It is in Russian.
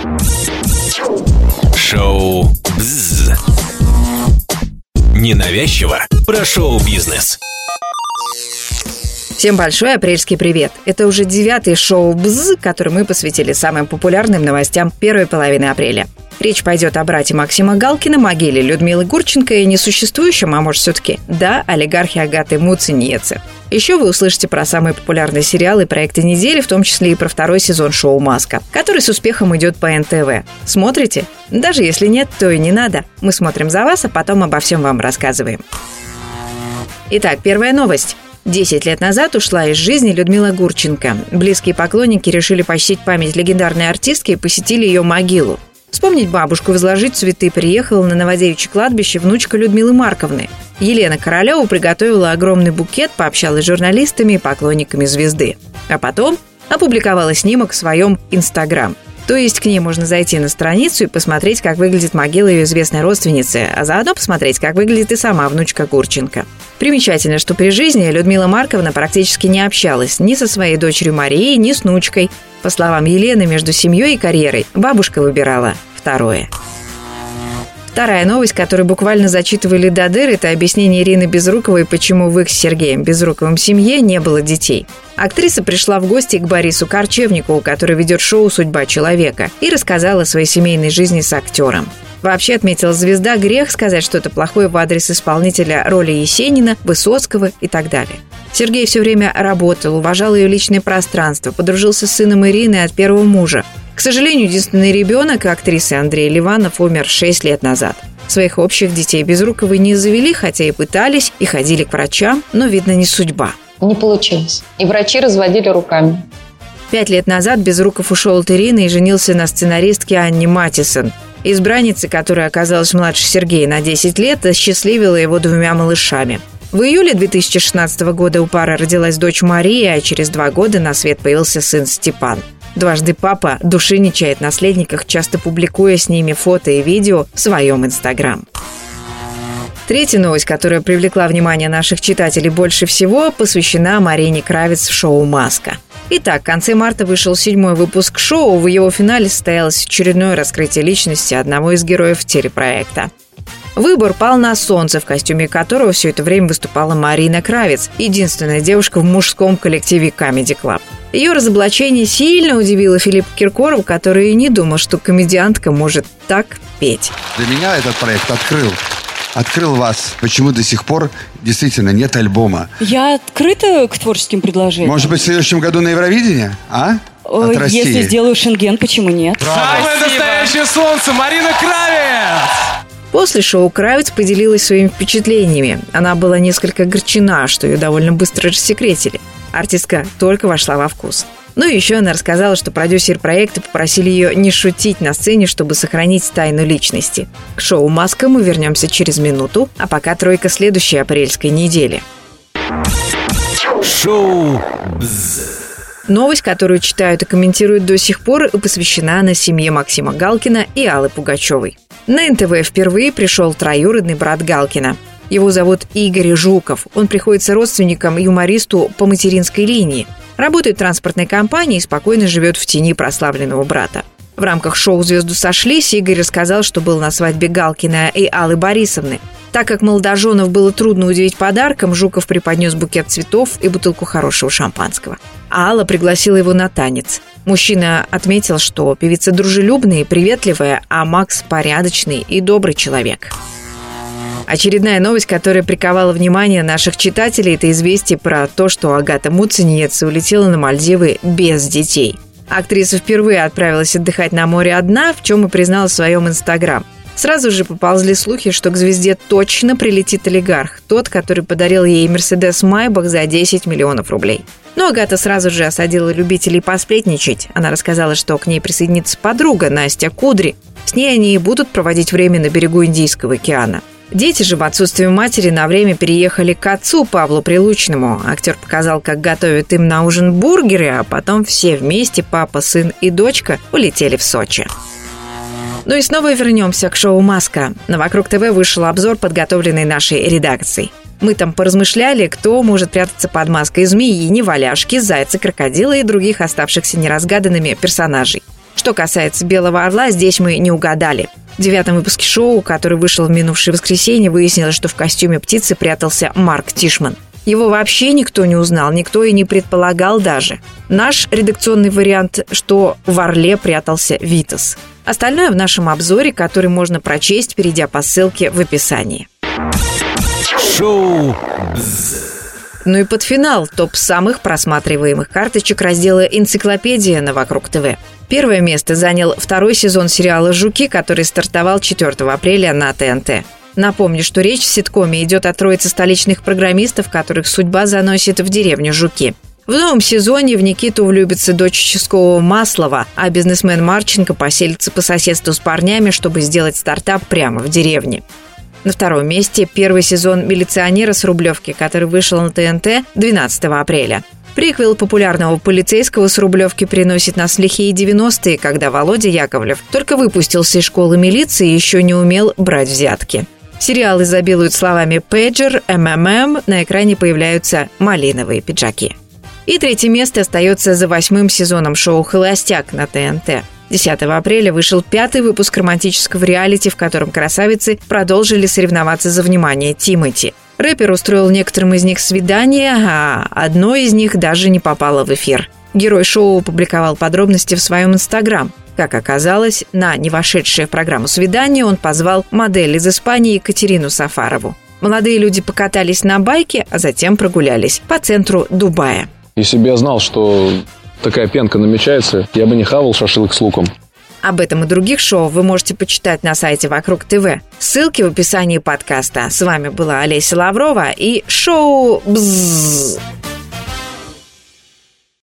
Шоу «Бзз». Ненавязчиво про шоу-бизнес. Всем большой апрельский привет! Это уже 9-й шоу «Бзз», который мы посвятили самым популярным новостям первой половины апреля. Речь пойдет о брате Максима Галкина, могиле Людмилы Гурченко и несуществующем, а может все-таки, олигархе Агаты Муцениеце. Еще вы услышите про самые популярные сериалы и проекты недели, в том числе и про второй сезон шоу «Маска», который с успехом идет по НТВ. Смотрите? Даже если нет, то и не надо. Мы смотрим за вас, а потом обо всем вам рассказываем. Итак, первая новость. 10 лет назад ушла из жизни Людмила Гурченко. Близкие поклонники решили почтить память легендарной артистки и посетили ее могилу. Вспомнить бабушку, возложить цветы приехала на Новодевичье кладбище внучка Людмилы Марковны. Елена Королева приготовила огромный букет, пообщалась с журналистами и поклонниками звезды. А потом опубликовала снимок в своем Инстаграм. То есть к ней можно зайти на страницу и посмотреть, как выглядит могила ее известной родственницы, а заодно посмотреть, как выглядит и сама внучка Гурченко. Примечательно, что при жизни Людмила Марковна практически не общалась ни со своей дочерью Марией, ни с внучкой. По словам Елены, между семьей и карьерой бабушка выбирала второе. Вторая новость, которую буквально зачитывали до дыр, это объяснение Ирины Безруковой, почему в их с Сергеем Безруковым семье не было детей. Актриса пришла в гости к Борису Корчевникову, который ведет шоу «Судьба человека», и рассказала о своей семейной жизни с актером. Вообще, отметила звезда, грех сказать что-то плохое в адрес исполнителя роли Есенина, Высоцкого и так далее. Сергей все время работал, уважал ее личное пространство, подружился с сыном Ирины от первого мужа. К сожалению, единственный ребенок актрисы Андрей Ливанов умер 6 лет назад. Своих общих детей Безруковой не завели, хотя и пытались, и ходили к врачам, но, видно, не судьба. Не получилось. И врачи разводили руками. 5 лет назад Безруков ушел от Ирины и женился на сценаристке Анне Матисон. Избранница, которая оказалась младше Сергея на 10 лет, осчастливила его 2 малышами. В июле 2016 года у пары родилась дочь Мария, а через 2 года на свет появился сын Степан. Дважды папа души не чает в наследниках, часто публикуя с ними фото и видео в своем Инстаграм. Третья новость, которая привлекла внимание наших читателей больше всего, посвящена Марине Кравец в шоу «Маска». Итак, в конце марта вышел 7-й выпуск шоу. В его финале состоялось очередное раскрытие личности одного из героев телепроекта. Выбор пал на Солнце, в костюме которого все это время выступала Марина Кравец, единственная девушка в мужском коллективе Comedy Club. Ее разоблачение сильно удивило Филиппа Киркорова, который и не думал, что комедиантка может так петь. Для меня этот проект открыл вас. Почему до сих пор действительно нет альбома? Я открыта к творческим предложениям. Может быть, в следующем году на Евровидение? От России? Если сделаю Шенген, почему нет? Самое настоящее солнце, Марина Кравец! После шоу Кравец поделилась своими впечатлениями. Она была несколько огорчена, что ее довольно быстро рассекретили. Артистка только вошла во вкус. Ну и еще она рассказала, что продюсер проекта попросили ее не шутить на сцене, чтобы сохранить тайну личности. К шоу «Маска» мы вернемся через минуту, а пока тройка следующей апрельской недели. Шоу «Бзз». Новость, которую читают и комментируют до сих пор, посвящена она семье Максима Галкина и Аллы Пугачевой. На НТВ впервые пришел троюродный брат Галкина. Его зовут Игорь Жуков. Он приходится родственником юмористу по материнской линии. Работает в транспортной компании и спокойно живет в тени прославленного брата. В рамках шоу «Звезды сошлись» Игорь рассказал, что был на свадьбе Галкина и Аллы Борисовны. Так как молодоженов было трудно удивить подарком, Жуков преподнес букет цветов и бутылку хорошего шампанского. А Алла пригласила его на танец. Мужчина отметил, что певица дружелюбная и приветливая, а Макс порядочный и добрый человек. Очередная новость, которая приковала внимание наших читателей, это известие про то, что Агата Муцениеце улетела на Мальдивы без детей. Актриса впервые отправилась отдыхать на море одна, в чем и призналась в своем Инстаграм. Сразу же поползли слухи, что к звезде точно прилетит олигарх, тот, который подарил ей Мерседес Майбах за 10 миллионов рублей. Но Агата сразу же осадила любителей посплетничать. Она рассказала, что к ней присоединится подруга Настя Кудри. С ней они и будут проводить время на берегу Индийского океана. Дети же в отсутствие матери на время переехали к отцу Павлу Прилучному. Актер показал, как готовят им на ужин бургеры, а потом все вместе, папа, сын и дочка, улетели в Сочи. Ну и снова вернемся к шоу «Маска». На «Вокруг ТВ» вышел обзор, подготовленный нашей редакцией. Мы там поразмышляли, кто может прятаться под маской змеи, неваляшки, зайца, крокодила и других оставшихся неразгаданными персонажей. Что касается «Белого орла», здесь мы не угадали. В 9-м выпуске шоу, который вышел в минувшее воскресенье, выяснилось, что в костюме птицы прятался Марк Тишман. Его вообще никто не узнал, никто и не предполагал даже. Наш редакционный вариант, что в «Орле» прятался Витас. Остальное в нашем обзоре, который можно прочесть, перейдя по ссылке в описании. Шоу «Бзз». Ну и под финал топ самых просматриваемых карточек раздела «Энциклопедия» на Вокруг ТВ. Первое место занял второй сезон сериала «Жуки», который стартовал 4 апреля на ТНТ. Напомню, что речь в ситкоме идет о троице столичных программистов, которых судьба заносит в деревню Жуки. В новом сезоне в Никиту влюбится дочь участкового Маслова, а бизнесмен Марченко поселится по соседству с парнями, чтобы сделать стартап прямо в деревне. На втором месте первый сезон «Милиционера с Рублевки», который вышел на ТНТ 12 апреля. Приквел популярного полицейского с Рублевки приносит нас в лихие 90-е, когда Володя Яковлев только выпустился из школы милиции и еще не умел брать взятки. Сериал изобилует словами «пейджер», «МММ», на экране появляются малиновые пиджаки. И третье место остается за 8-м сезоном шоу «Холостяк» на ТНТ. 10 апреля вышел 5-й выпуск романтического реалити, в котором красавицы продолжили соревноваться за внимание Тимати. Рэпер устроил некоторым из них свидание, а одно из них даже не попало в эфир. Герой шоу опубликовал подробности в своем Инстаграм. Как оказалось, на не вошедшее в программу свидание он позвал модель из Испании Екатерину Сафарову. Молодые люди покатались на байке, а затем прогулялись по центру Дубая. Если бы я знал, что такая пенка намечается, я бы не хавал шашлык с луком. Об этом и других шоу вы можете почитать на сайте Вокруг ТВ. Ссылки в описании подкаста. С вами была Олеся Лаврова и шоу «Бзз».